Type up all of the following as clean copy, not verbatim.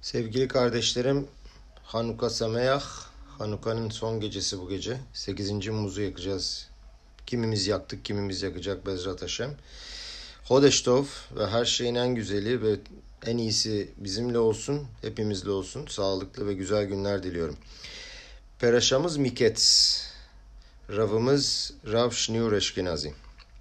Sevgili kardeşlerim, Hanuka Sameach, Hanuka'nın son gecesi bu gece. 8. muzu yakacağız. Kimimiz yaktık, kimimiz yakacak Bezrat Hashem. Hodesh Tov ve her şeyin en güzeli ve en iyisi bizimle olsun, hepimizle olsun. Sağlıklı ve güzel günler diliyorum. Peraşamız Miketz, Ravımız Rav Shniur Eşkenazi.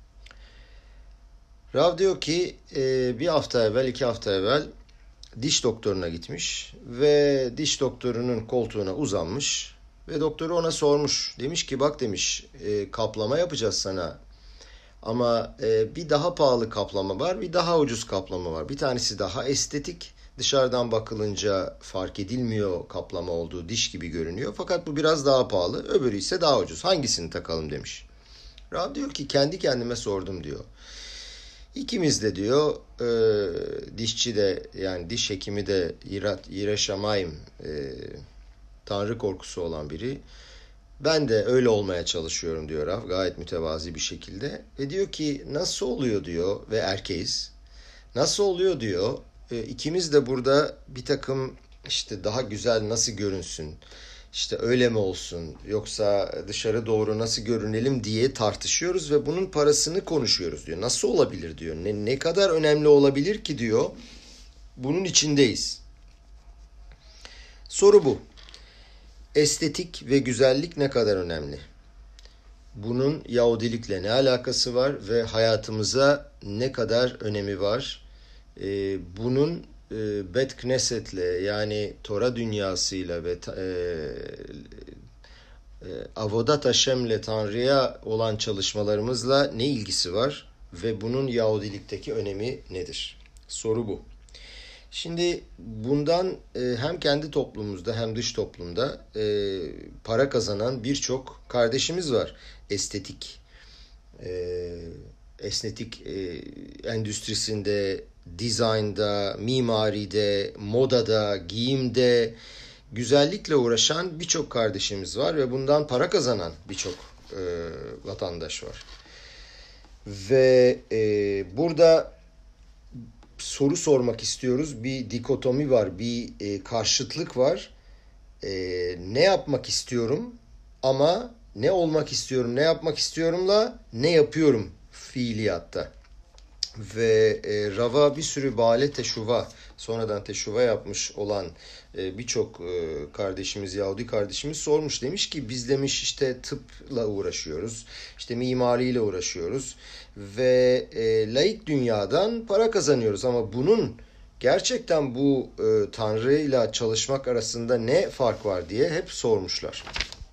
Rav diyor ki bir hafta evvel, 2 hafta evvel diş doktoruna gitmiş ve diş doktorunun koltuğuna uzanmış ve doktoru ona sormuş. Demiş ki bak demiş kaplama yapacağız sana ama bir daha pahalı kaplama var, bir daha ucuz kaplama var. Bir tanesi daha estetik, dışarıdan bakılınca fark edilmiyor kaplama olduğu, diş gibi görünüyor. Fakat bu biraz daha pahalı, öbürü ise daha ucuz. Hangisini takalım demiş. Rav diyor ki kendi kendime sordum diyor. İkimiz de diyor dişçi de yani diş hekimi de Yire Şamayim Tanrı korkusu olan biri. Ben de öyle olmaya çalışıyorum diyor Rav gayet mütevazi bir şekilde. Ve diyor ki nasıl oluyor diyor ve erkeğiz. Nasıl oluyor diyor ikimiz de burada bir takım işte daha güzel nasıl görünsün, işte öyle mi olsun yoksa dışarı doğru nasıl görünelim diye tartışıyoruz ve bunun parasını konuşuyoruz diyor. Nasıl olabilir diyor. Ne kadar önemli olabilir ki diyor. Bunun içindeyiz. Soru bu. Estetik ve güzellik ne kadar önemli? Bunun Yahudilikle ne alakası var ve hayatımıza ne kadar önemi var? Bunun Bet Knesset'le yani Tora dünyasıyla ve Avodat Haşem'le Tanrı'ya olan çalışmalarımızla ne ilgisi var ve bunun Yahudilikteki önemi nedir? Soru bu. Şimdi bundan hem kendi toplumumuzda hem dış toplumda para kazanan birçok kardeşimiz var. Estetik endüstrisinde, dizaynda, mimaride, modada, giyimde, güzellikle uğraşan birçok kardeşimiz var ve bundan para kazanan birçok vatandaş var. Ve burada soru sormak istiyoruz. Bir dikotomi var, bir karşıtlık var. Ne yapmak istiyorum ama ne olmak istiyorum, ne yapmak istiyorumla ne yapıyorum fiiliyatta. Ve Rav'a bir sürü bale teşuva, sonradan teşuva yapmış olan birçok kardeşimiz, Yahudi kardeşimiz sormuş. Demiş ki biz demiş işte tıpla uğraşıyoruz, işte mimariyle uğraşıyoruz ve laik dünyadan para kazanıyoruz. Ama bunun gerçekten bu Tanrı'yla çalışmak arasında ne fark var diye hep sormuşlar.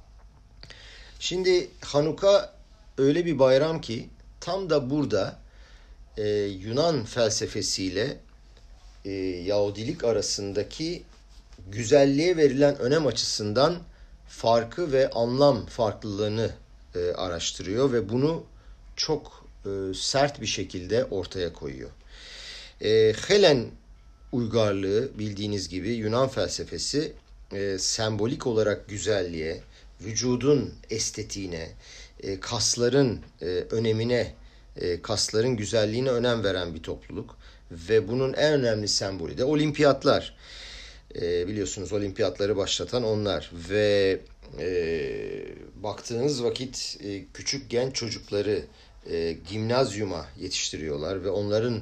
Şimdi Hanuka öyle bir bayram ki tam da burada Yunan felsefesiyle Yahudilik arasındaki güzelliğe verilen önem açısından farkı ve anlam farklılığını araştırıyor ve bunu çok sert bir şekilde ortaya koyuyor. Helen uygarlığı bildiğiniz gibi Yunan felsefesi sembolik olarak güzelliğe, vücudun estetiğine, kasların önemine, kasların güzelliğine önem veren bir topluluk ve bunun en önemli sembolü de olimpiyatlar. Biliyorsunuz olimpiyatları başlatan onlar ve baktığınız vakit küçük genç çocukları gimnazyuma yetiştiriyorlar ve onların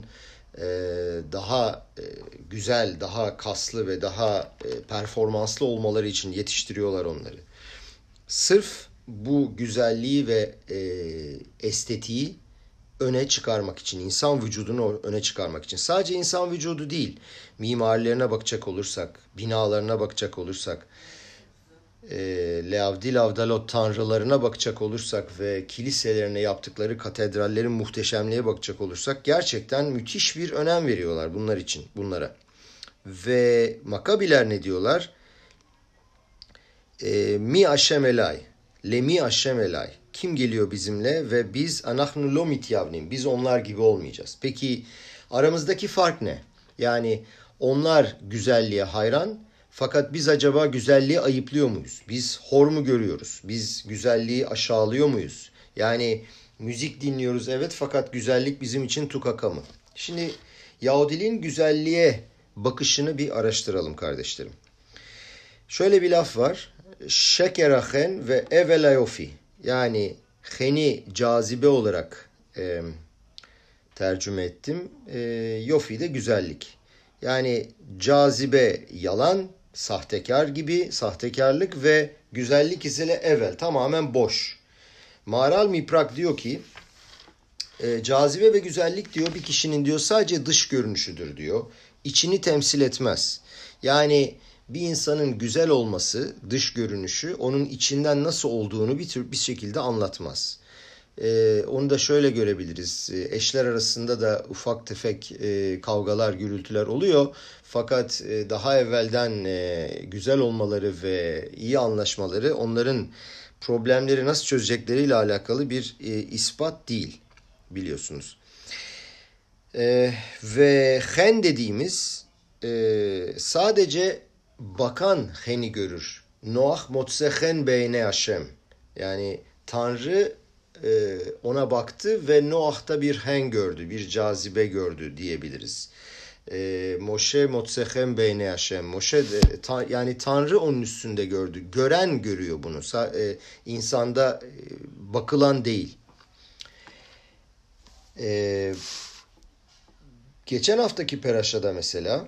daha güzel, daha kaslı ve daha performanslı olmaları için yetiştiriyorlar onları. Sırf bu güzelliği ve estetiği öne çıkarmak için, insan vücudunu öne çıkarmak için. Sadece insan vücudu değil, mimarilerine bakacak olursak, binalarına bakacak olursak, Leavdil Avdalot tanrılarına bakacak olursak ve kiliselerine yaptıkları katedrallerin muhteşemliğe bakacak olursak gerçekten müthiş bir önem veriyorlar bunlar için, bunlara. Ve Makabiler ne diyorlar? Mi Hashem elay, lemi Hashem elay. Kim geliyor bizimle ve biz anachnu lo mityavnim, biz onlar gibi olmayacağız. Peki aramızdaki fark ne? Yani onlar güzelliğe hayran fakat biz acaba güzelliği ayıplıyor muyuz? Biz hor mu görüyoruz? Biz güzelliği aşağılıyor muyuz? Yani müzik dinliyoruz evet fakat güzellik bizim için tukaka mı? Şimdi Yahudiliğin güzelliğe bakışını bir araştıralım kardeşlerim. Şöyle bir laf var. Şekerahen ve evelayofi. Yani heni cazibe olarak tercüme ettim. Yofi de güzellik. Yani cazibe yalan, sahtekar gibi, sahtekarlık ve güzellik ise evvel tamamen boş. Maral Miprak diyor ki cazibe ve güzellik diyor bir kişinin diyor sadece dış görünüşüdür diyor. İçini temsil etmez. Yani bir insanın güzel olması, dış görünüşü onun içinden nasıl olduğunu bir şekilde anlatmaz. Onu da şöyle görebiliriz. Eşler arasında da ufak tefek kavgalar, gürültüler oluyor. Fakat daha evvelden güzel olmaları ve iyi anlaşmaları onların problemleri nasıl çözecekleriyle alakalı bir ispat değil, biliyorsunuz. Ve hen dediğimiz sadece bakan heni görür. Noach motse hen beyne Hashem. Yani Tanrı ona baktı ve Noah'ta bir hen gördü, bir cazibe gördü diyebiliriz. Moshe motsechem beyne Hashem. Moshe yani Tanrı onun üstünde gördü. Gören görüyor bunu. İnsanda bakılan değil. Geçen haftaki peraşada mesela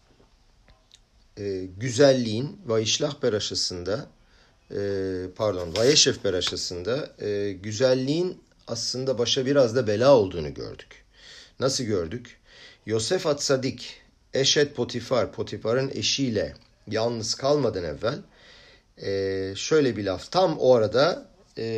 güzelliğin Vayişlah peraşasında Vayeşev peraşasında güzelliğin aslında başa biraz da bela olduğunu gördük. Nasıl gördük? Yosef Atsadik, Eşet Potifar, Potifar'ın eşiyle yalnız kalmadan evvel şöyle bir laf. Tam o arada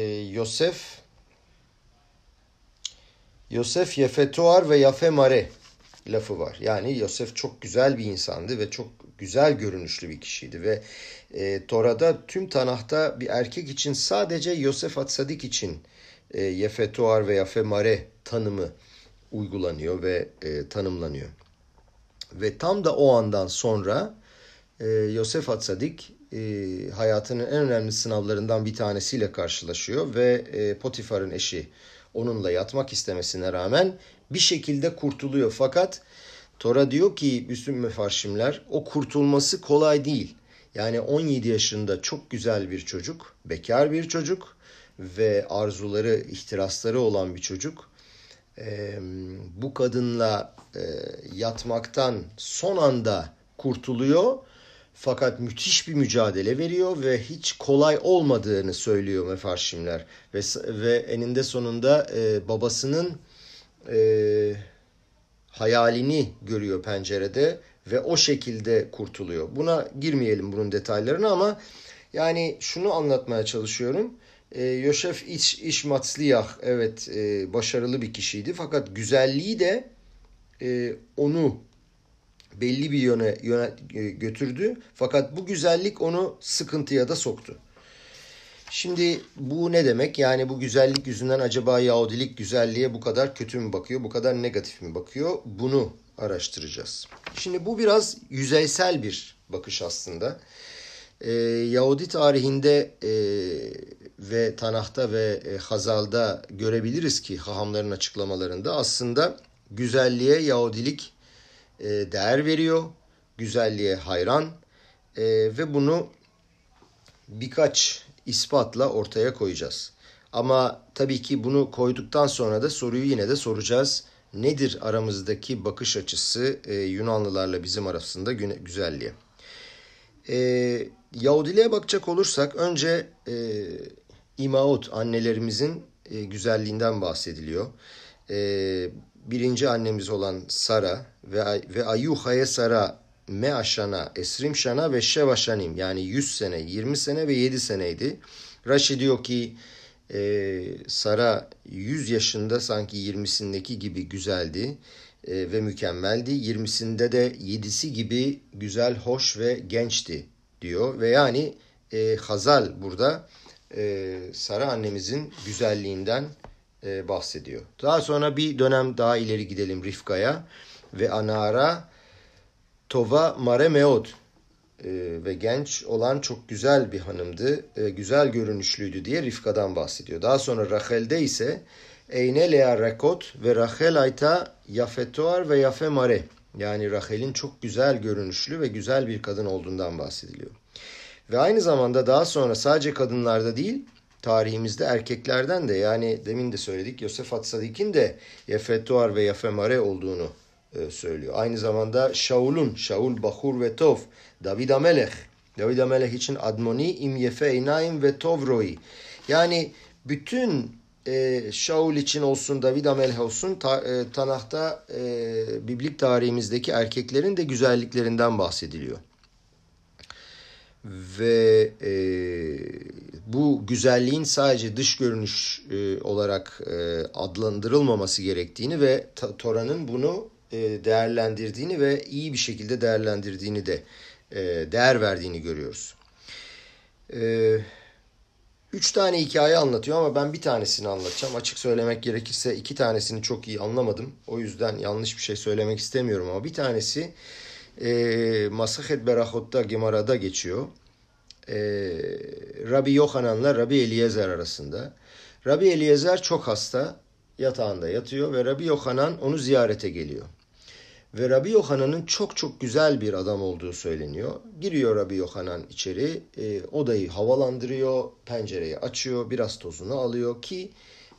Yosef Yefetoar ve Yafemare lafı var. Yani Yosef çok güzel bir insandı ve çok güzel görünüşlü bir kişiydi ve Tora'da tüm Tanah'ta bir erkek için sadece Yosef Atsadik için Yefetoar ve Yafemare tanımı uygulanıyor ve tanımlanıyor. Ve tam da o andan sonra Yosef Atsadik hayatının en önemli sınavlarından bir tanesiyle karşılaşıyor ve Potifar'ın eşi onunla yatmak istemesine rağmen bir şekilde kurtuluyor. Fakat Tora diyor ki bütün mefarşimler o kurtulması kolay değil. Yani 17 yaşında çok güzel bir çocuk, bekar bir çocuk ve arzuları, ihtirasları olan bir çocuk. Bu kadınla yatmaktan son anda kurtuluyor. Fakat müthiş bir mücadele veriyor ve hiç kolay olmadığını söylüyor mefarşimler. Ve eninde sonunda babasının hayalini görüyor pencerede ve o şekilde kurtuluyor. Buna girmeyelim bunun detaylarına ama yani şunu anlatmaya çalışıyorum. Yosef iş matzliyah evet başarılı bir kişiydi fakat güzelliği de onu belli bir yöne götürdü. Fakat bu güzellik onu sıkıntıya da soktu. Şimdi bu ne demek? Yani bu güzellik yüzünden acaba Yahudilik güzelliğe bu kadar kötü mü bakıyor, bu kadar negatif mi bakıyor? Bunu araştıracağız. Şimdi bu biraz yüzeysel bir bakış aslında. Yahudi tarihinde ve Tanah'ta ve Hazal'da görebiliriz ki hahamların açıklamalarında aslında güzelliğe Yahudilik değer veriyor, güzelliğe hayran ve bunu birkaç ispatla ortaya koyacağız. Ama tabii ki bunu koyduktan sonra da soruyu yine de soracağız. Nedir aramızdaki bakış açısı Yunanlılarla bizim arasında güzelliğe? Yahudiliğe bakacak olursak önce İmaut annelerimizin güzelliğinden bahsediliyor. Birinci annemiz olan Sara ve Ayuha'ya Sara me'aşana, esrim şana ve şevaşanim yani 100 sene, 20 sene ve 7 seneydi. Rashi diyor ki Sara 100 yaşında sanki 20'sindeki gibi güzeldi ve mükemmeldi. 20'sinde de 7'si gibi güzel, hoş ve gençti diyor. Ve yani Hazal burada Sara annemizin güzelliğinden bahsediyor. Daha sonra bir dönem daha ileri gidelim Rifka'ya ve Anara Tova Mare Meod ve genç olan çok güzel bir hanımdı, güzel görünüşlüydü diye Rifka'dan bahsediyor. Daha sonra Rachel'de ise Eyne Lea Rekot ve Rachel Ayta Yafetoar ve Yafe Mare Yani Rahel'in çok güzel görünüşlü ve güzel bir kadın olduğundan bahsediliyor. Ve aynı zamanda daha sonra sadece kadınlarda değil, tarihimizde erkeklerden de, yani demin de söyledik, Yosef Atsadik'in de Yefetuar ve Yefemare olduğunu söylüyor. Aynı zamanda Şaul Bahur ve Tov, David Amelech için Admoni im Yefe Einaim ve Tov Roi. Yani bütün Şaul için olsun, David Amelech olsun, Tanah'ta Biblik tarihimizdeki erkeklerin de güzelliklerinden bahsediliyor. Ve bu güzelliğin sadece dış görünüş olarak adlandırılmaması gerektiğini ve Tora'nın bunu değerlendirdiğini ve iyi bir şekilde değerlendirdiğini de değer verdiğini görüyoruz. 3 tane hikaye anlatıyor ama ben bir tanesini anlatacağım. Açık söylemek gerekirse 2 tanesini çok iyi anlamadım. O yüzden yanlış bir şey söylemek istemiyorum ama bir tanesi Masahet Berachot'ta, Gemara'da geçiyor. Rabbi Yohanan'la Rabbi Eliezer arasında. Rabbi Eliezer çok hasta, yatağında yatıyor ve Rabbi Yohanan onu ziyarete geliyor. Ve Rabbi Yohanan'ın çok çok güzel bir adam olduğu söyleniyor. Giriyor Rabbi Yohanan içeri, odayı havalandırıyor, pencereyi açıyor, biraz tozunu alıyor ki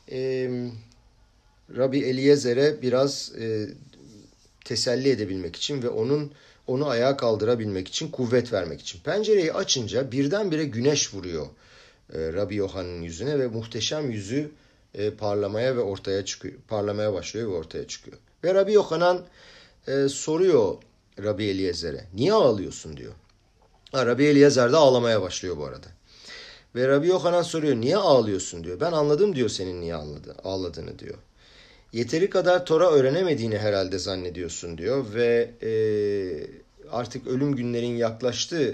Rabbi Eliezer'e biraz teselli edebilmek için ve onu ayağa kaldırabilmek için, kuvvet vermek için. Pencereyi açınca birdenbire güneş vuruyor Rabbi Yohanan'ın yüzüne ve muhteşem yüzü parlamaya başlıyor ve ortaya çıkıyor. Ve Rabbi Yohanan soruyor Rabbi Eliezer'e, niye ağlıyorsun diyor. Rabbi Eliezer de ağlamaya başlıyor bu arada. Ve Rabbi Yohanan soruyor, niye ağlıyorsun diyor. Ben anladım diyor senin niye ağladığını diyor. Yeteri kadar Tora öğrenemediğini herhalde zannediyorsun diyor ve artık ölüm günlerin yaklaştı.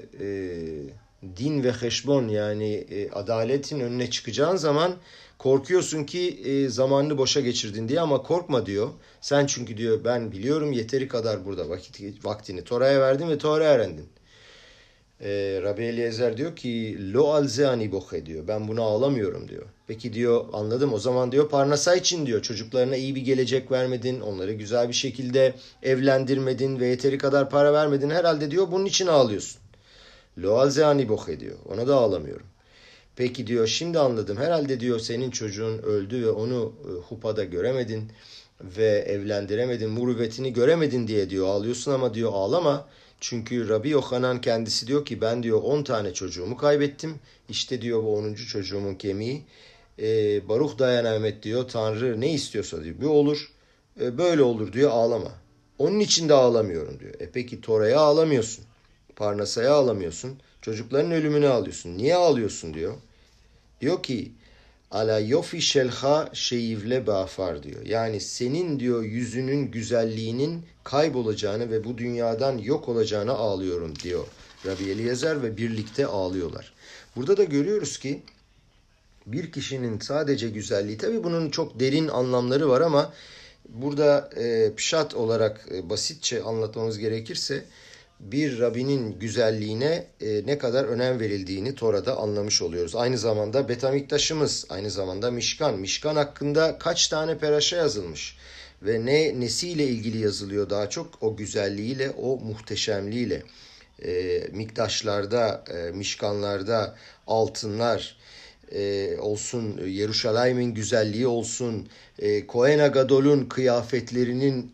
Din ve heşbon, yani adaletin önüne çıkacağın zaman korkuyorsun ki zamanını boşa geçirdin diye, ama korkma diyor. Sen çünkü diyor ben biliyorum yeteri kadar burada vaktini Tora'ya verdin ve Tora öğrendin. Rabbi Eliezer diyor ki lo alzeani bohe diyor. Ben buna ağlamıyorum diyor. Peki diyor, anladım, o zaman diyor Parnasa için diyor çocuklarına iyi bir gelecek vermedin. Onları güzel bir şekilde evlendirmedin ve yeteri kadar para vermedin. Herhalde diyor bunun için ağlıyorsun. Lo alzeani bohe diyor. Ona da ağlamıyorum. Peki diyor, şimdi anladım. Herhalde diyor senin çocuğun öldü ve onu hupada göremedin ve evlendiremedin, murüvvetini göremedin diye diyor ağlıyorsun, ama diyor ağlama. Çünkü Rabbi Yohanan kendisi diyor ki ben diyor 10 tane çocuğumu kaybettim. İşte diyor bu 10. çocuğumun kemiği. Baruch Dayan Ahmet diyor, Tanrı ne istiyorsa diyor bu olur. Böyle olur diyor, ağlama. Onun için de ağlamıyorum diyor. Peki Tora'ya ağlamıyorsun. Parnasa'ya ağlamıyorsun. Çocukların ölümüne ağlıyorsun. Niye ağlıyorsun diyor. Diyor ki ala yofi şelha şeyivle bafar diyor. Yani senin diyor yüzünün güzelliğinin kaybolacağını ve bu dünyadan yok olacağını ağlıyorum diyor Rabbi Eliezer ve birlikte ağlıyorlar. Burada da görüyoruz ki bir kişinin sadece güzelliği, tabii bunun çok derin anlamları var ama burada pşat olarak basitçe anlatmamız gerekirse bir Rabbinin güzelliğine ne kadar önem verildiğini Tora'da anlamış oluyoruz. Aynı zamanda Betamiktaş'ımız, aynı zamanda Mişkan. Mişkan hakkında kaç tane peraşa yazılmış ve nesiyle ilgili yazılıyor daha çok? O güzelliğiyle, o muhteşemliğiyle. Miktaşlarda, Mişkanlarda altınlar olsun, Yeruşalayim'in güzelliği olsun, Kohen Agadol'un kıyafetlerinin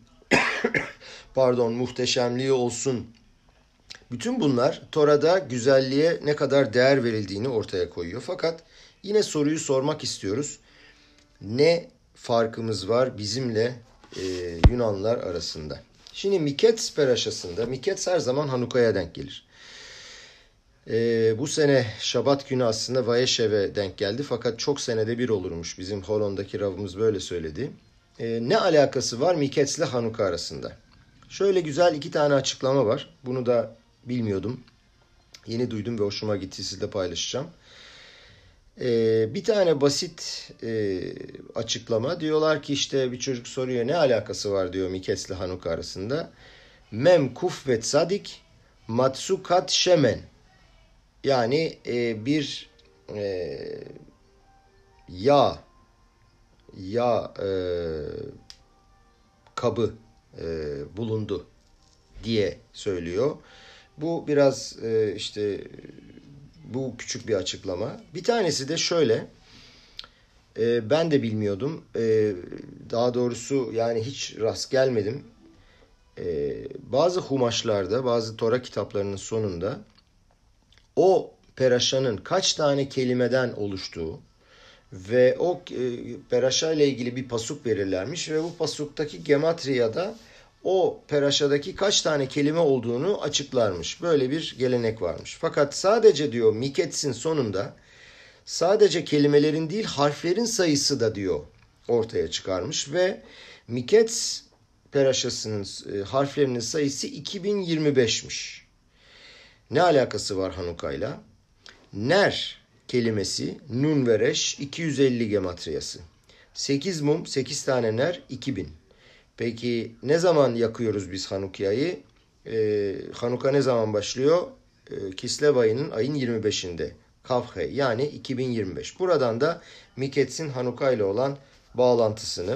muhteşemliği olsun. Bütün bunlar Tora'da güzelliğe ne kadar değer verildiğini ortaya koyuyor. Fakat yine soruyu sormak istiyoruz. Ne farkımız var bizimle Yunanlılar arasında? Şimdi Mikets peraşasında, Mikets her zaman Hanuka'ya denk gelir. Bu sene Şabat günü aslında Vayeşev'e denk geldi. Fakat çok senede bir olurmuş. Bizim Holon'daki Ravımız böyle söyledi. Ne alakası var Mikets'le Hanuka arasında? Şöyle güzel 2 tane açıklama var. Bunu da bilmiyordum. Yeni duydum ve hoşuma gitti. Sizle paylaşacağım. Bir tane basit açıklama. Diyorlar ki işte bir çocuk soruyor ne alakası var diyor Mikets'le Hanuka arasında. Mem kuf ve tzadik matsukat shemen. Yani bir yağ kabı bulundu. diye söylüyor. Bu biraz işte bu küçük bir açıklama. Bir tanesi de şöyle. Ben de bilmiyordum. Daha doğrusu yani hiç rast gelmedim. Bazı humaşlarda, bazı Tora kitaplarının sonunda o peraşanın kaç tane kelimeden oluştuğu ve o peraşa ile ilgili bir pasuk verirlermiş ve bu pasuktaki gematriyada o peraşadaki kaç tane kelime olduğunu açıklarmış. Böyle bir gelenek varmış. Fakat sadece diyor Mikets'in sonunda sadece kelimelerin değil harflerin sayısı da diyor ortaya çıkarmış ve Mikets peraşasının harflerinin sayısı 2025'miş. Ne alakası var Hanuka'yla? Ner kelimesi nun ve reş 250 gematriyası. 8 mum 8 tane ner 2000. Peki ne zaman yakıyoruz biz Hanukka'yı? Hanuka ne zaman başlıyor? Kislev ayının ayın 25'inde. Kavhe yani 2025. Buradan da Mikets'in Hanuka ile olan bağlantısını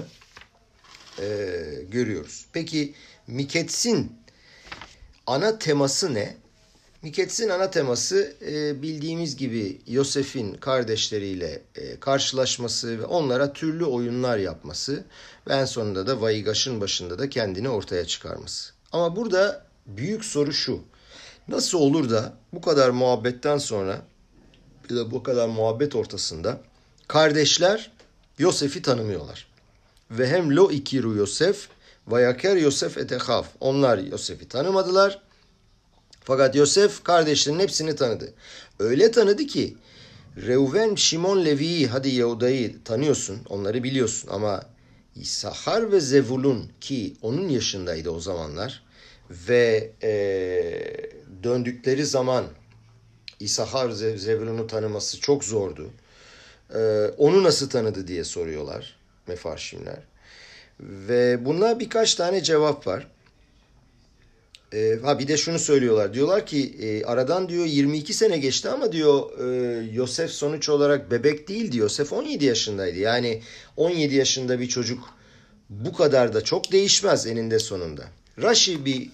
görüyoruz. Peki Mikets'in ana teması ne? Mikets'in ana teması bildiğimiz gibi Yosef'in kardeşleriyle karşılaşması ve onlara türlü oyunlar yapması ve en sonunda da Vayigaş'ın başında da kendini ortaya çıkarması. Ama burada büyük soru şu. Nasıl olur da bu kadar muhabbetten sonra bir de bu kadar muhabbet ortasında kardeşler Yosef'i tanımıyorlar. Ve hem lo ikiru Yosef vayaker Yosef etehav. Onlar Yosef'i tanımadılar. Fakat Yosef kardeşlerinin hepsini tanıdı. Öyle tanıdı ki Reuven, Şimon, Levi'yi, hadi Yahuda'yı tanıyorsun, onları biliyorsun ama İssahar ve Zevulun ki onun yaşındaydı o zamanlar ve döndükleri zaman İssahar ve Zevulun'u tanıması çok zordu. Onu nasıl tanıdı diye soruyorlar mefarşimler. Ve buna birkaç tane cevap var. Bir de şunu söylüyorlar. Diyorlar ki aradan diyor 22 sene geçti ama diyor Yosef sonuç olarak bebek değildi. Yosef 17 yaşındaydı. Yani 17 yaşında bir çocuk bu kadar da çok değişmez eninde sonunda. Rashi bir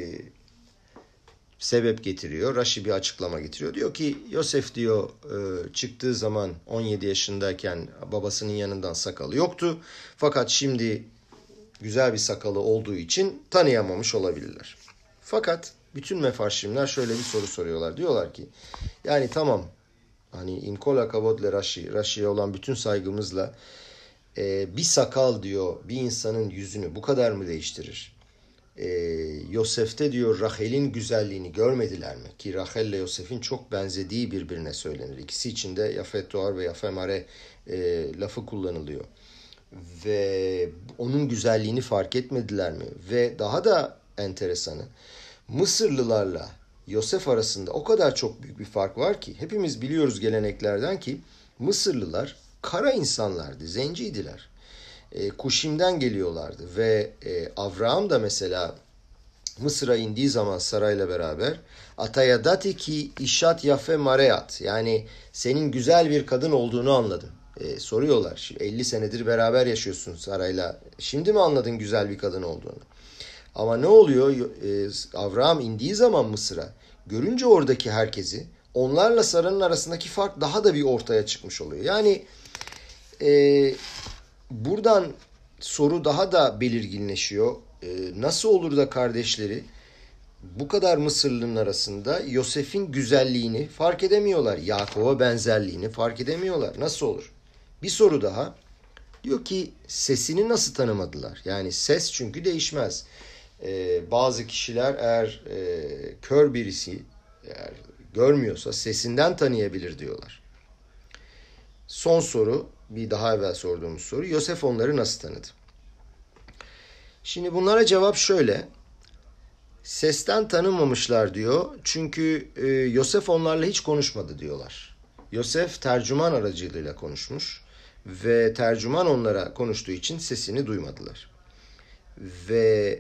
sebep getiriyor. Rashi bir açıklama getiriyor. Diyor ki Yosef diyor çıktığı zaman 17 yaşındayken babasının yanından sakalı yoktu. Fakat şimdi güzel bir sakalı olduğu için tanıyamamış olabilirler. Fakat bütün mefarşimler şöyle bir soru soruyorlar. Diyorlar ki yani tamam hani inkola kavodle Rashi, Rashi'ye olan bütün saygımızla bir sakal diyor bir insanın yüzünü bu kadar mı değiştirir? Yosef'te diyor Rahel'in güzelliğini görmediler mi? Ki Rahel ile Yosef'in çok benzediği birbirine söylenir. İkisi için de Yafet Doğar ve Yafemare lafı kullanılıyor. Ve onun güzelliğini fark etmediler mi? Ve daha da enteresanı Mısırlılarla Yosef arasında o kadar çok büyük bir fark var ki hepimiz biliyoruz geleneklerden ki Mısırlılar kara insanlardı, zenciydiler. Kuşim'den geliyorlardı ve Avraham da mesela Mısır'a indiği zaman sarayla beraber Atayadati ki işat yafe mareat yani senin güzel bir kadın olduğunu anladım. Soruyorlar 50 senedir beraber yaşıyorsun sarayla şimdi mi anladın güzel bir kadın olduğunu? Ama ne oluyor? Avraham indiği zaman Mısır'a görünce oradaki herkesi onlarla sarayın arasındaki fark daha da bir ortaya çıkmış oluyor. Yani buradan soru daha da belirginleşiyor. Nasıl olur da kardeşleri bu kadar Mısırlı'nın arasında Yosef'in güzelliğini fark edemiyorlar. Yakov'a benzerliğini fark edemiyorlar. Nasıl olur? Bir soru daha. Diyor ki sesini nasıl tanımadılar? Yani ses çünkü değişmez. Bazı kişiler eğer kör birisi eğer görmüyorsa sesinden tanıyabilir diyorlar. Son soru, bir daha evvel sorduğumuz soru. Yosef onları nasıl tanıdı? Şimdi bunlara cevap şöyle. Sesten tanımamışlar diyor. Çünkü Yosef onlarla hiç konuşmadı diyorlar. Yosef tercüman aracılığıyla konuşmuş. Ve tercüman onlara konuştuğu için sesini duymadılar. Ve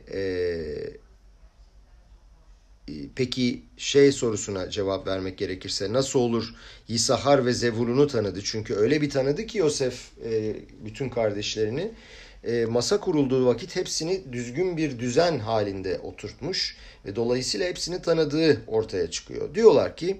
peki sorusuna cevap vermek gerekirse nasıl olur Yisahar ve Zevulun'u tanıdı? Çünkü öyle bir tanıdı ki Yosef bütün kardeşlerini masa kurulduğu vakit hepsini düzgün bir düzen halinde oturtmuş ve dolayısıyla hepsini tanıdığı ortaya çıkıyor. Diyorlar ki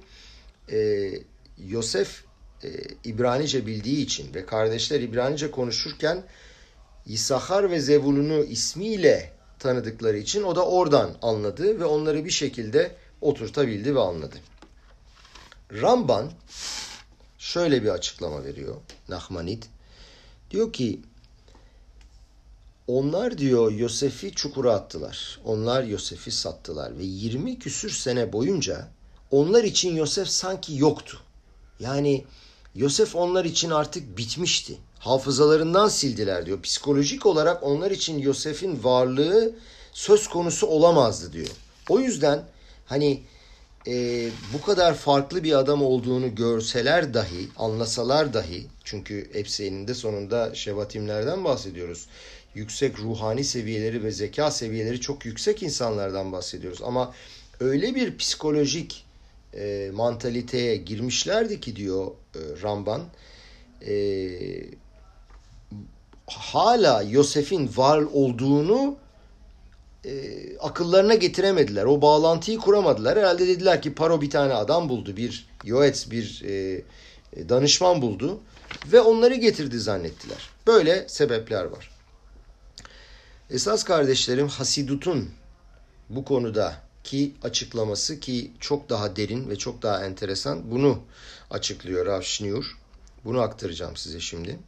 Yosef İbranice bildiği için ve kardeşler İbranice konuşurken İssachar ve Zevulun'u ismiyle tanıdıkları için o da oradan anladı ve onları bir şekilde oturtabildi ve anladı. Ramban şöyle bir açıklama veriyor, Nachmanid. Diyor ki onlar diyor Yosef'i çukura attılar. Onlar Yosef'i sattılar ve 20 küsür sene boyunca onlar için Yosef sanki yoktu. Yani Yosef onlar için artık bitmişti. Hafızalarından sildiler diyor. Psikolojik olarak onlar için Yosef'in varlığı söz konusu olamazdı diyor. O yüzden hani bu kadar farklı bir adam olduğunu görseler dahi, anlasalar dahi, çünkü hepsi eninde sonunda şevatimlerden bahsediyoruz. Yüksek ruhani seviyeleri ve zeka seviyeleri çok yüksek insanlardan bahsediyoruz. Ama öyle bir psikolojik mantaliteye girmişlerdi ki diyor Ramban, hala Yosef'in var olduğunu akıllarına getiremediler. O bağlantıyı kuramadılar. Herhalde dediler ki Paro bir tane adam buldu. Bir Yoetz, bir danışman buldu. Ve onları getirdi zannettiler. Böyle sebepler var. Esas kardeşlerim Hasidut'un bu konudaki açıklaması ki çok daha derin ve çok daha enteresan. Bunu açıklıyor Rav Shneur. Bunu aktaracağım size şimdi.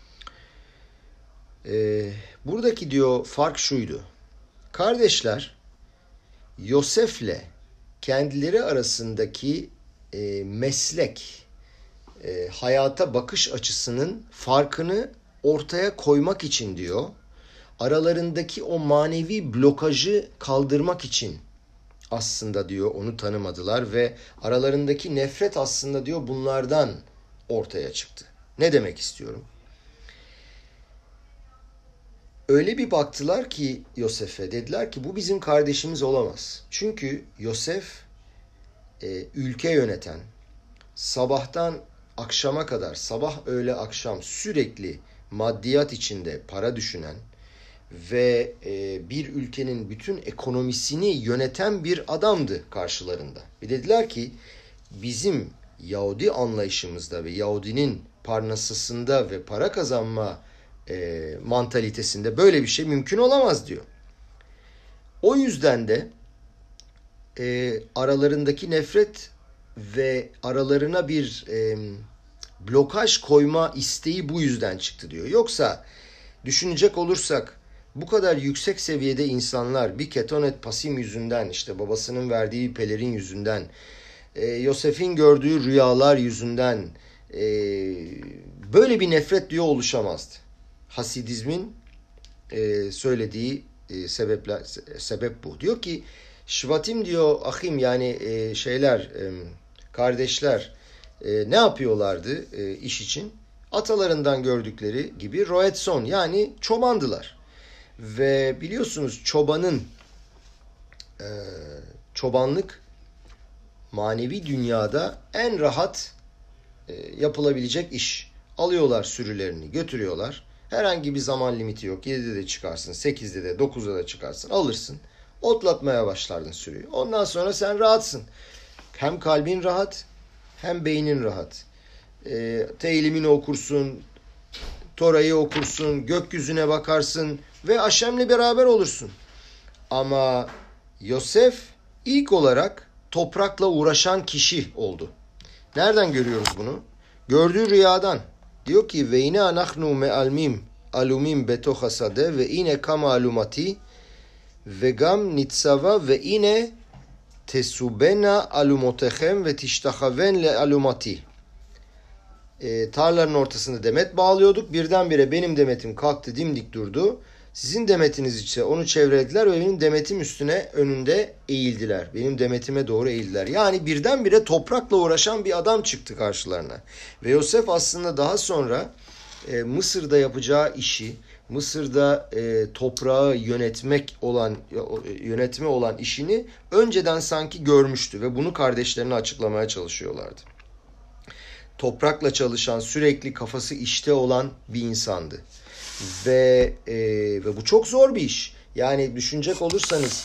Buradaki diyor fark şuydu. Kardeşler Yosef'le kendileri arasındaki meslek, hayata bakış açısının farkını ortaya koymak için diyor, aralarındaki o manevi blokajı kaldırmak için aslında diyor onu tanımadılar ve aralarındaki nefret aslında diyor bunlardan ortaya çıktı. Ne demek istiyorum? Öyle bir baktılar ki Yosef'e, dediler ki bu bizim kardeşimiz olamaz. Çünkü Yosef ülke yöneten, sabahtan akşama kadar, sabah öğle akşam sürekli maddiyat içinde para düşünen ve bir ülkenin bütün ekonomisini yöneten bir adamdı karşılarında. Ve dediler ki bizim Yahudi anlayışımızda ve Yahudinin parnasasında ve para kazanma mantalitesinde böyle bir şey mümkün olamaz diyor. O yüzden de aralarındaki nefret ve aralarına bir blokaj koyma isteği bu yüzden çıktı diyor. Yoksa düşünecek olursak bu kadar yüksek seviyede insanlar bir ketonet pasim yüzünden, işte babasının verdiği pelerin yüzünden, Yosef'in gördüğü rüyalar yüzünden böyle bir diyor oluşamazdı. Hasidizmin söylediği sebep bu. Diyor ki Şvatim diyor ahim yani kardeşler ne yapıyorlardı iş için? Atalarından gördükleri gibi roetson yani çobandılar. Ve biliyorsunuz çobanlık manevi dünyada en rahat yapılabilecek iş. Alıyorlar sürülerini götürüyorlar. Herhangi bir zaman limiti yok. 7'de de çıkarsın, 8'de de 9'da da çıkarsın. Alırsın. Otlatmaya başlardın sürüyü. Ondan sonra sen rahatsın. Hem kalbin rahat hem beynin rahat. Teylimini okursun, Tora'yı okursun, gökyüzüne bakarsın ve Haşem'le beraber olursun. Ama Yosef ilk olarak toprakla uğraşan kişi oldu. Nereden görüyoruz bunu? Gördüğü rüyadan. Diyor ki ve ine anahnu me'almim alumim betoch hasade ve ine kama alumati ve gam nitsava ve ine tesubena alumotechem ve tiştahaven le alumati. Tarlanın ortasında demet bağlıyorduk. Birdenbire benim demetim kalktı, dimdik durdu. Sizin demetiniz ise onu çevrelediler ve benim demetim önünde eğildiler. Benim demetime doğru eğildiler. Yani birdenbire toprakla uğraşan bir adam çıktı karşılarına. Ve Yosef aslında daha sonra Mısır'da yapacağı işi, Mısır'da toprağı yönetme olan işini önceden sanki görmüştü ve bunu kardeşlerine açıklamaya çalışıyorlardı. Toprakla çalışan, sürekli kafası işte olan bir insandı. Ve bu çok zor bir iş. Yani düşünecek olursanız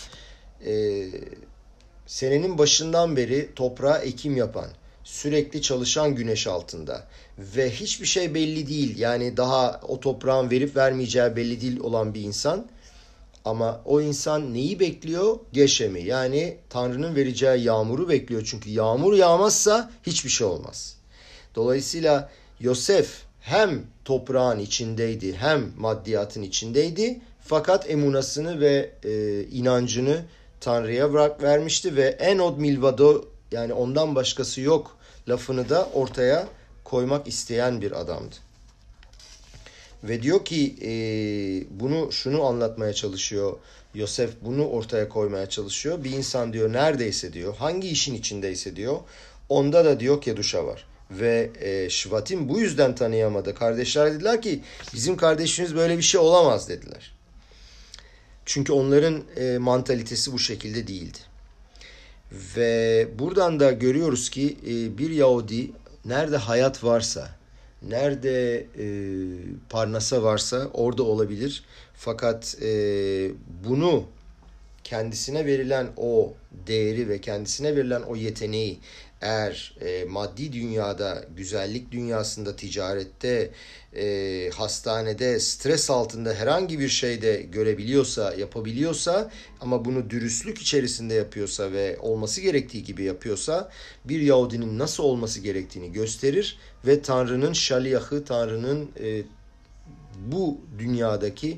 senenin başından beri toprağa ekim yapan, sürekli çalışan güneş altında ve hiçbir şey belli değil. Yani daha o toprağın verip vermeyeceği belli değil olan bir insan. Ama o insan neyi bekliyor? Geşemi, yani Tanrı'nın vereceği yağmuru bekliyor. Çünkü yağmur yağmazsa hiçbir şey olmaz. Dolayısıyla Yosef hem toprağın içindeydi hem maddiyatın içindeydi. Fakat emunasını ve inancını Tanrı'ya vermişti ve enod milvado, yani ondan başkası yok lafını da ortaya koymak isteyen bir adamdı. Ve diyor ki şunu anlatmaya çalışıyor. Yosef bunu ortaya koymaya çalışıyor. Bir insan diyor neredeyse diyor, hangi işin içindeyse diyor, onda da diyor keduşa var. Ve Şvatim bu yüzden tanıyamadı. Kardeşler dediler ki bizim kardeşimiz böyle bir şey olamaz dediler. Çünkü onların mantalitesi bu şekilde değildi. Ve buradan da görüyoruz ki bir Yahudi nerede hayat varsa, nerede parnasa varsa orada olabilir. Fakat bunu kendisine verilen o değeri ve kendisine verilen o yeteneği eğer maddi dünyada, güzellik dünyasında, ticarette, hastanede, stres altında herhangi bir şeyde görebiliyorsa, yapabiliyorsa ama bunu dürüstlük içerisinde yapıyorsa ve olması gerektiği gibi yapıyorsa bir Yahudinin nasıl olması gerektiğini gösterir ve Tanrı'nın şaliyahı, Tanrı'nın bu dünyadaki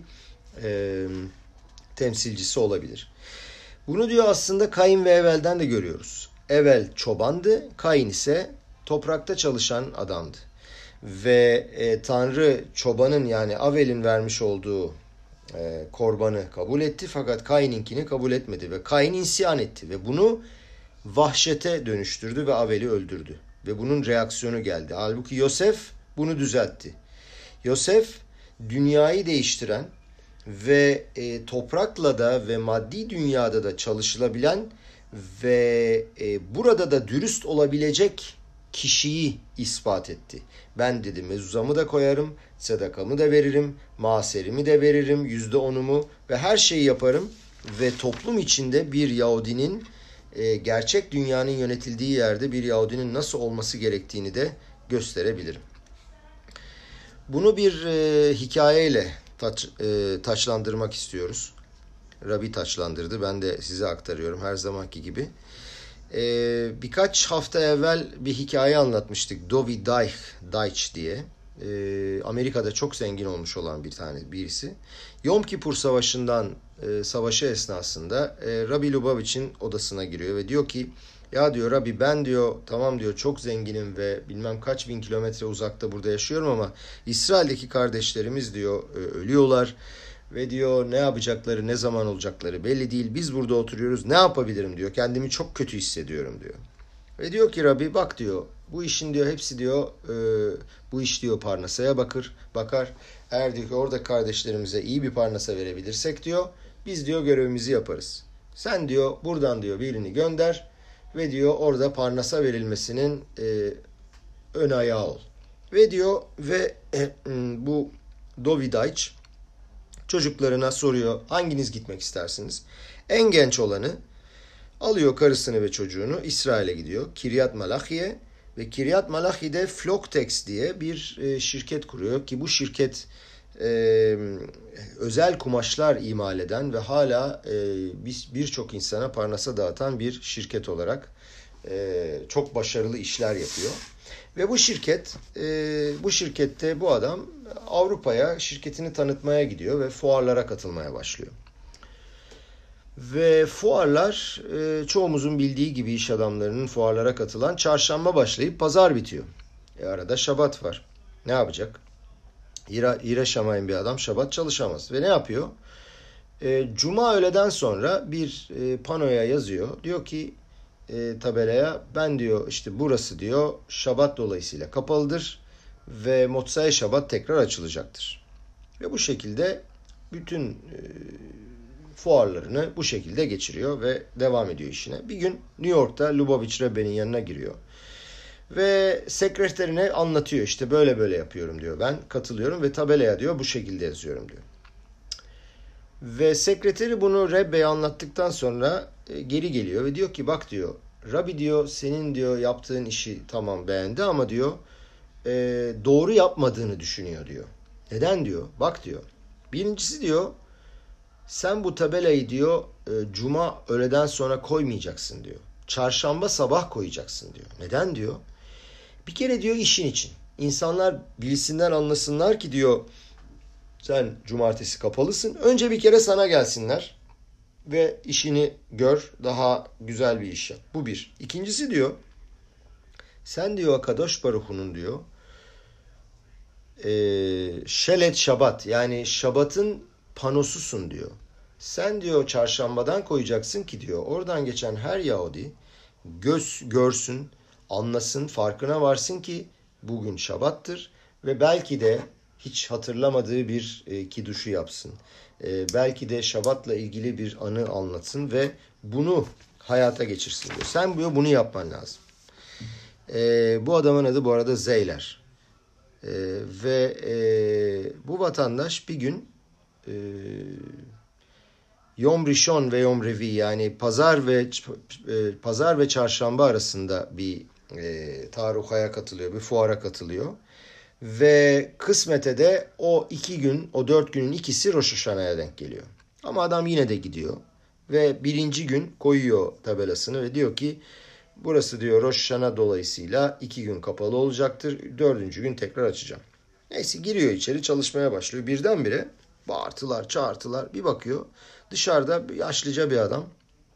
temsilcisi olabilir. Bunu diyor aslında Kain ve Evel'den de görüyoruz. Evel çobandı, Kain ise toprakta çalışan adamdı. Ve Tanrı çobanın, yani Avel'in vermiş olduğu korbanı kabul etti fakat Kain'inkini kabul etmedi ve Kain isyan etti ve bunu vahşete dönüştürdü ve Avel'i öldürdü. Ve bunun reaksiyonu geldi. Halbuki Yosef bunu düzeltti. Yosef dünyayı değiştiren ve toprakla da ve maddi dünyada da çalışılabilen ve burada da dürüst olabilecek kişiyi ispat etti. Ben dedi mezuzamı da koyarım, sadakamı da veririm, maserimi de veririm, %10'umu ve her şeyi yaparım ve toplum içinde bir Yahudinin, gerçek dünyanın yönetildiği yerde bir Yahudinin nasıl olması gerektiğini de gösterebilirim. Bunu bir hikayeyle taçlandırmak istiyoruz. Rabbi taçlandırdı. Ben de size aktarıyorum her zamanki gibi. Birkaç hafta evvel bir hikaye anlatmıştık. Dovi Deitch diye. Amerika'da çok zengin olmuş olan birisi. Yom Kippur savaşı esnasında Rabbi Lubavitch'in odasına giriyor ve diyor ki ya diyor Rabbi, ben diyor tamam diyor çok zenginim ve bilmem kaç bin kilometre uzakta burada yaşıyorum ama İsrail'deki kardeşlerimiz diyor ölüyorlar ve diyor ne yapacakları, ne zaman olacakları belli değil. Biz burada oturuyoruz, ne yapabilirim diyor. Kendimi çok kötü hissediyorum diyor. Ve diyor ki Rabbi bak diyor, bu işin diyor hepsi diyor bu iş diyor parnasaya bakar. Eğer diyor ki orada kardeşlerimize iyi bir parnasa verebilirsek diyor biz diyor görevimizi yaparız. Sen diyor buradan diyor birini gönder ve diyor orada parnasa verilmesinin ön ayağı ol. Ve diyor bu Dovi Deitch çocuklarına soruyor hanginiz gitmek istersiniz? En genç olanı alıyor karısını ve çocuğunu İsrail'e gidiyor. Kiryat Malachi'ye ve Kiryat Malachi'de Flocktex diye bir şirket kuruyor ki bu şirket özel kumaşlar imal eden ve hala birçok insana parnasa dağıtan bir şirket olarak çok başarılı işler yapıyor. Ve bu şirkette bu adam Avrupa'ya şirketini tanıtmaya gidiyor ve fuarlara katılmaya başlıyor. Ve fuarlar çoğumuzun bildiği gibi iş adamlarının fuarlara katılan çarşamba başlayıp pazar bitiyor. Arada şabat var. Ne yapacak? İğreşemeyen bir adam şabat çalışamaz. Ve ne yapıyor? Cuma öğleden sonra bir panoya yazıyor. Diyor ki tabelaya ben diyor işte burası diyor şabat dolayısıyla kapalıdır ve Motsai şabat tekrar açılacaktır. Ve bu şekilde bütün fuarlarını bu şekilde geçiriyor ve devam ediyor işine. Bir gün New York'ta Lubavitch Rebbe'nin yanına giriyor. Ve sekreterine anlatıyor, işte böyle böyle yapıyorum diyor. Ben katılıyorum ve tabelaya diyor bu şekilde yazıyorum diyor. Ve sekreteri bunu Rebbe'ye anlattıktan sonra geri geliyor ve diyor ki bak diyor, Rabbi diyor senin diyor yaptığın işi tamam beğendi ama diyor doğru yapmadığını düşünüyor diyor. Neden diyor? Bak diyor. Birincisi diyor sen bu tabelayı diyor cuma öğleden sonra koymayacaksın diyor. Çarşamba sabah koyacaksın diyor. Neden diyor? Bir kere diyor işin için. İnsanlar bilsinler anlasınlar ki diyor sen cumartesi kapalısın. Önce bir kere sana gelsinler ve işini gör, daha güzel bir iş yap. Bu bir. İkincisi diyor sen diyor Kadosh Baruhu'nun diyor Şelet Şabat yani Şabat'ın panosusun diyor. Sen diyor çarşambadan koyacaksın ki diyor oradan geçen her Yahudi görsün, anlasın, farkına varsın ki bugün Şabat'tır ve belki de hiç hatırlamadığı bir kiduşu yapsın. Belki de Şabat'la ilgili bir anı anlatsın ve bunu hayata geçirsin diyor. Sen diyor bunu yapman lazım. Bu adamın adı bu arada Zeyler. Ve bu vatandaş bir gün Yom Rishon ve Yom Revi yani pazar ve çarşamba arasında bir taruhaya katılıyor, bir fuara katılıyor. Ve kısmete de o 4 günün ikisi Rosh Hashanah'ya denk geliyor. Ama adam yine de gidiyor. Ve birinci gün koyuyor tabelasını ve diyor ki burası diyor Rosh Hashanah dolayısıyla 2 gün kapalı olacaktır. 4. gün tekrar açacağım. Neyse giriyor içeri çalışmaya başlıyor. Birdenbire bağırtılar, çağırtılar. Bir bakıyor dışarıda yaşlıca bir adam.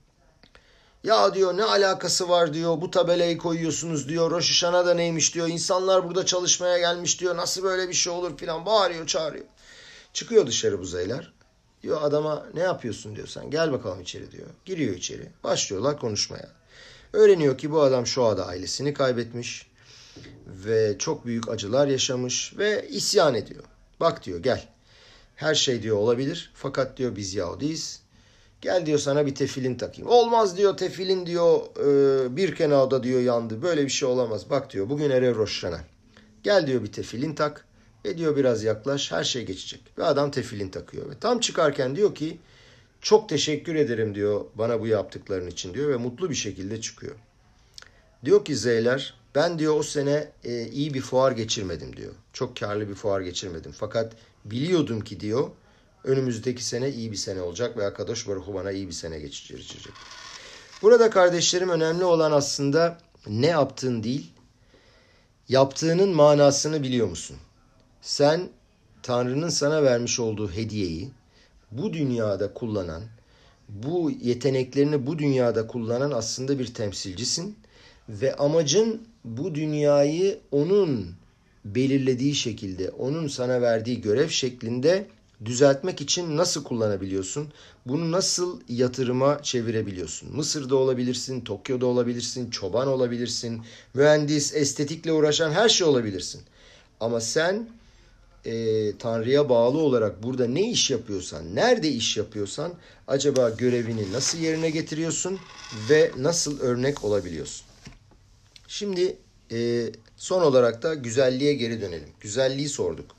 Ya diyor ne alakası var diyor bu tabelayı koyuyorsunuz diyor. Rosh Hashanah da neymiş diyor. İnsanlar burada çalışmaya gelmiş diyor. Nasıl böyle bir şey olur filan bağırıyor çağırıyor. Çıkıyor dışarı bu zeyler. Diyor adama ne yapıyorsun diyor sen gel bakalım içeri diyor. Giriyor içeri başlıyorlar konuşmaya. Öğreniyor ki bu adam şu anda ailesini kaybetmiş. Ve çok büyük acılar yaşamış ve isyan ediyor. Bak diyor gel. Her şey diyor olabilir fakat diyor biz Yahudiyiz. Gel diyor sana bir tefilin takayım. Olmaz diyor tefilin diyor bir kenarda diyor yandı. Böyle bir şey olamaz. Bak diyor bugün Erev Rosh Hashanah. Gel diyor bir tefilin tak. Ve diyor biraz yaklaş her şey geçecek. Ve adam tefilin takıyor. Ve tam çıkarken diyor ki çok teşekkür ederim diyor bana bu yaptıkların için diyor. Ve mutlu bir şekilde çıkıyor. Diyor ki Zeyler ben diyor o sene iyi bir fuar geçirmedim diyor. Çok karlı bir fuar geçirmedim. Fakat biliyordum ki diyor önümüzdeki sene iyi bir sene olacak ve Akadosh Baruch bana iyi bir sene geçirecek. Burada kardeşlerim önemli olan aslında ne yaptığın değil, yaptığının manasını biliyor musun? Sen Tanrı'nın sana vermiş olduğu hediyeyi bu dünyada kullanan, bu yeteneklerini bu dünyada kullanan aslında bir temsilcisin. Ve amacın bu dünyayı onun belirlediği şekilde, onun sana verdiği görev şeklinde düzeltmek için nasıl kullanabiliyorsun? Bunu nasıl yatırıma çevirebiliyorsun? Mısır'da olabilirsin, Tokyo'da olabilirsin, çoban olabilirsin, mühendis, estetikle uğraşan her şey olabilirsin. Ama sen Tanrı'ya bağlı olarak burada ne iş yapıyorsan, nerede iş yapıyorsan acaba görevini nasıl yerine getiriyorsun ve nasıl örnek olabiliyorsun? Şimdi son olarak da güzelliğe geri dönelim. Güzelliği sorduk.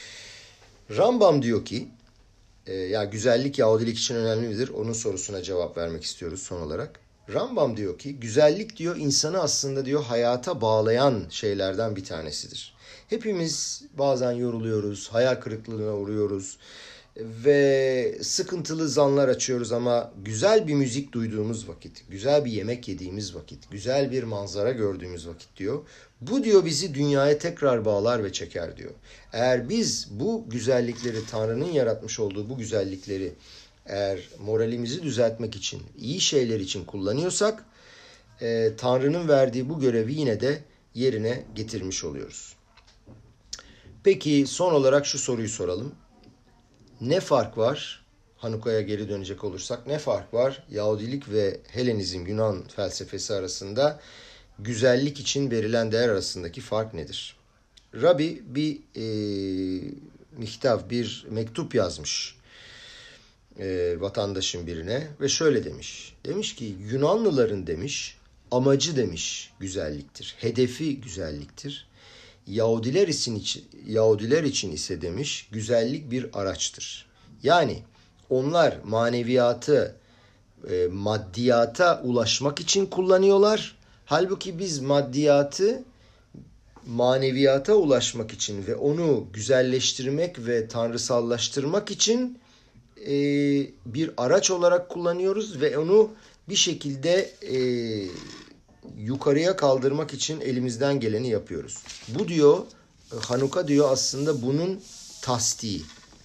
Rambam diyor ki, ya güzellik Yahudilik için önemli midir? Onun sorusuna cevap vermek istiyoruz son olarak. Rambam diyor ki, güzellik diyor insanı aslında diyor hayata bağlayan şeylerden bir tanesidir. Hepimiz bazen yoruluyoruz, hayal kırıklığına uğruyoruz ve sıkıntılı zanlar açıyoruz ama güzel bir müzik duyduğumuz vakit, güzel bir yemek yediğimiz vakit, güzel bir manzara gördüğümüz vakit diyor. Bu diyor bizi dünyaya tekrar bağlar ve çeker diyor. Eğer biz bu güzellikleri, Tanrı'nın yaratmış olduğu bu güzellikleri eğer moralimizi düzeltmek için, iyi şeyler için kullanıyorsak, Tanrı'nın verdiği bu görevi yine de yerine getirmiş oluyoruz. Peki son olarak şu soruyu soralım. Ne fark var? Hanuka'ya geri dönecek olursak ne fark var? Yahudilik ve Helenizm Yunan felsefesi arasında güzellik için verilen değer arasındaki fark nedir? Rabbi bir bir mektup yazmış vatandaşın birine ve şöyle demiş. Demiş ki Yunanlıların demiş amacı demiş güzelliktir. Hedefi güzelliktir. Yahudiler için ise demiş güzellik bir araçtır. Yani onlar maneviyatı maddiyata ulaşmak için kullanıyorlar. Halbuki biz maddiyatı maneviyata ulaşmak için ve onu güzelleştirmek ve tanrısallaştırmak için bir araç olarak kullanıyoruz ve onu bir şekilde yukarıya kaldırmak için elimizden geleni yapıyoruz. Bu diyor, Hanuka diyor aslında bunun tasdiği.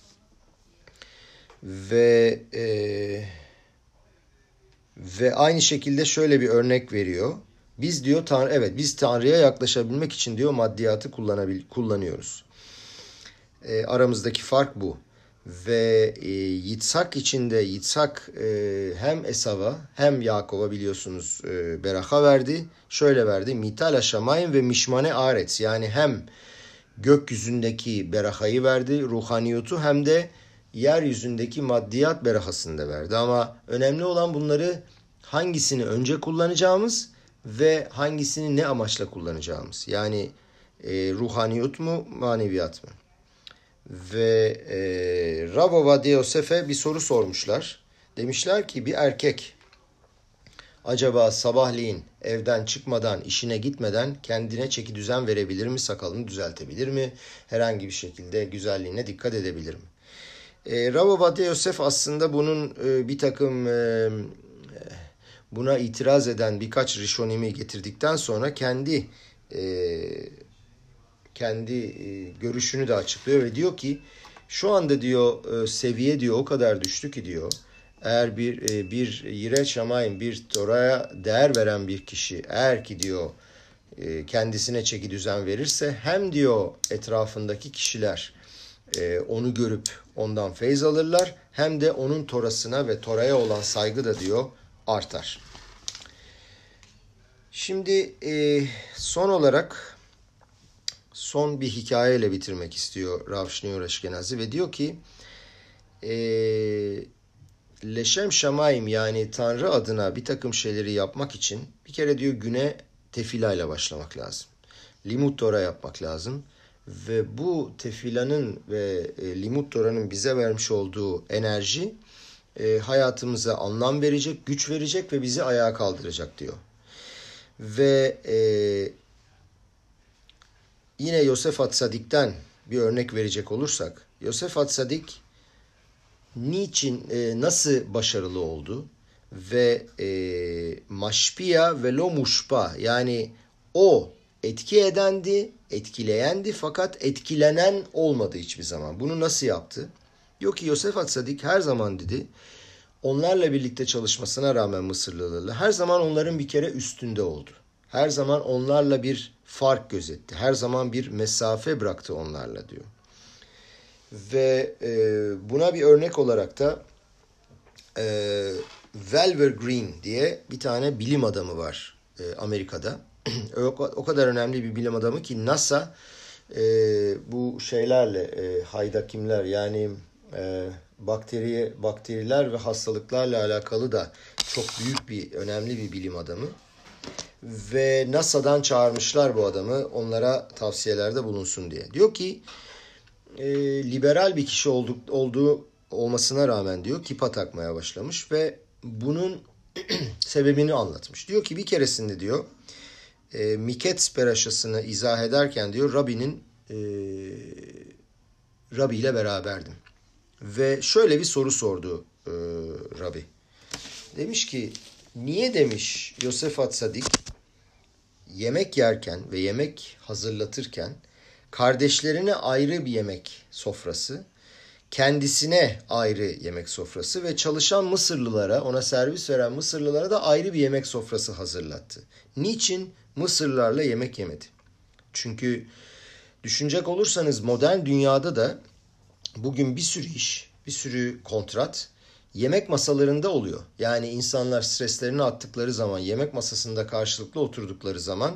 Ve aynı şekilde şöyle bir örnek veriyor. Biz diyor biz Tanrı'ya yaklaşabilmek için diyor maddiyatı kullanıyoruz. Aramızdaki fark bu. Ve Yitzhak içinde Yitzhak hem Esav'a hem Yakov'a biliyorsunuz beraha verdi. Şöyle verdi. Mital aşamayim ve mişmane aretz. Yani hem gökyüzündeki berahayı verdi, ruhaniyotu, hem de yeryüzündeki maddiyat berahasını da verdi. Ama önemli olan bunları hangisini önce kullanacağımız ve hangisini ne amaçla kullanacağımız. Yani ruhaniyot mu, maneviyat mı? Ve Rav Ovadia Yosef'e bir soru sormuşlar. Demişler ki bir erkek acaba sabahleyin evden çıkmadan, işine gitmeden kendine çeki düzen verebilir mi? Sakalını düzeltebilir mi? Herhangi bir şekilde güzelliğine dikkat edebilir mi? Rav Ovadia Yosef aslında bunun bir takım buna itiraz eden birkaç rishonimi getirdikten sonra kendi görüşünü de açıklıyor ve diyor ki şu anda diyor seviye diyor o kadar düştü ki diyor eğer bir yire şamayim bir Tora'ya değer veren bir kişi eğer ki diyor kendisine çeki düzen verirse hem diyor etrafındaki kişiler onu görüp ondan feyz alırlar hem de onun Torasına ve Tora'ya olan saygı da diyor artar. Şimdi son olarak son bir hikayeyle bitirmek istiyor Rav Shneur Ashkenazi ve diyor ki Leşem Şamayim yani Tanrı adına bir takım şeyleri yapmak için bir kere diyor güne tefilayla başlamak lazım. Limud Tora yapmak lazım. Ve bu tefilanın ve Limud Tora'nın bize vermiş olduğu enerji hayatımıza anlam verecek, güç verecek ve bizi ayağa kaldıracak diyor. Ve yine Yosef Atsadik'ten bir örnek verecek olursak, Yosef Atsadik niçin, nasıl başarılı oldu? Ve maşpiya ve lo muşpa yani o etki edendi, etkileyendi fakat etkilenen olmadı hiçbir zaman. Bunu nasıl yaptı? Diyor ki Yosef Atsadik her zaman dedi onlarla birlikte çalışmasına rağmen Mısırlılarla her zaman onların bir kere üstünde oldu. Her zaman onlarla bir fark gözetti. Her zaman bir mesafe bıraktı onlarla diyor. Ve buna bir örnek olarak da Valver Green diye bir tane bilim adamı var Amerika'da. O kadar önemli bir bilim adamı ki NASA bu şeylerle haydakimler yani bakteriler ve hastalıklarla alakalı da çok büyük bir önemli bir bilim adamı. Ve NASA'dan çağırmışlar bu adamı onlara tavsiyelerde bulunsun diye. Diyor ki liberal bir kişi olmasına rağmen diyor kipa takmaya başlamış ve bunun sebebini anlatmış. Diyor ki bir keresinde diyor Miketz peraşasını izah ederken diyor Rabbi ile beraberdim. Ve şöyle bir soru sordu Rabbi. Demiş ki niye demiş Yosef Atsadik yemek yerken ve yemek hazırlatırken kardeşlerine ayrı bir yemek sofrası, kendisine ayrı yemek sofrası ve çalışan Mısırlılara, ona servis veren Mısırlılara da ayrı bir yemek sofrası hazırlattı. Niçin Mısırlılarla yemek yemedi? Çünkü düşünecek olursanız modern dünyada da bugün bir sürü iş, bir sürü kontrat yemek masalarında oluyor. Yani insanlar streslerini attıkları zaman, yemek masasında karşılıklı oturdukları zaman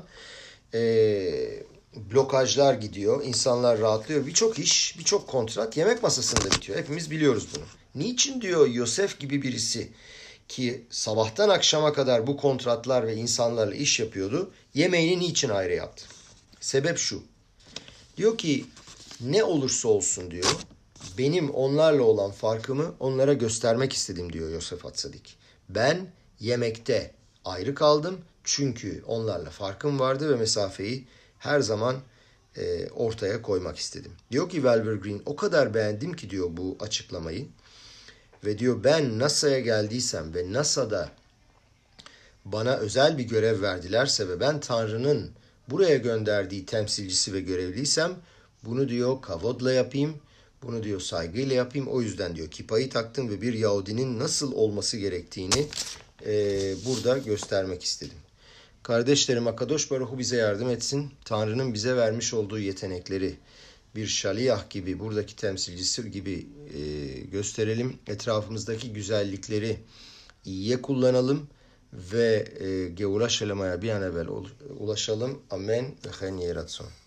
blokajlar gidiyor, insanlar rahatlıyor. Birçok iş, birçok kontrat yemek masasında bitiyor. Hepimiz biliyoruz bunu. Niçin diyor Yosef gibi birisi ki sabahtan akşama kadar bu kontratlar ve insanlarla iş yapıyordu, yemeğini niçin ayrı yaptı? Sebep şu. Diyor ki ne olursa olsun diyor, benim onlarla olan farkımı onlara göstermek istedim diyor Yosef Atsadik. Ben yemekte ayrı kaldım çünkü onlarla farkım vardı ve mesafeyi her zaman ortaya koymak istedim. Diyor ki Wilbur Green, o kadar beğendim ki diyor bu açıklamayı ve diyor ben NASA'ya geldiysem ve NASA'da bana özel bir görev verdilerse ve ben Tanrı'nın buraya gönderdiği temsilcisi ve görevliysem bunu diyor kavodla yapayım, bunu diyor saygıyla yapayım. O yüzden diyor kipayı taktım ve bir Yahudinin nasıl olması gerektiğini burada göstermek istedim. Kardeşlerim, Akadosh Baruch Hu bize yardım etsin. Tanrı'nın bize vermiş olduğu yetenekleri bir şaliyah gibi, buradaki temsilcisi gibi gösterelim. Etrafımızdaki güzellikleri iyiye kullanalım ve Geula Şelema'ya bir an evvel ulaşalım. Amen ve chen yeh ratzon.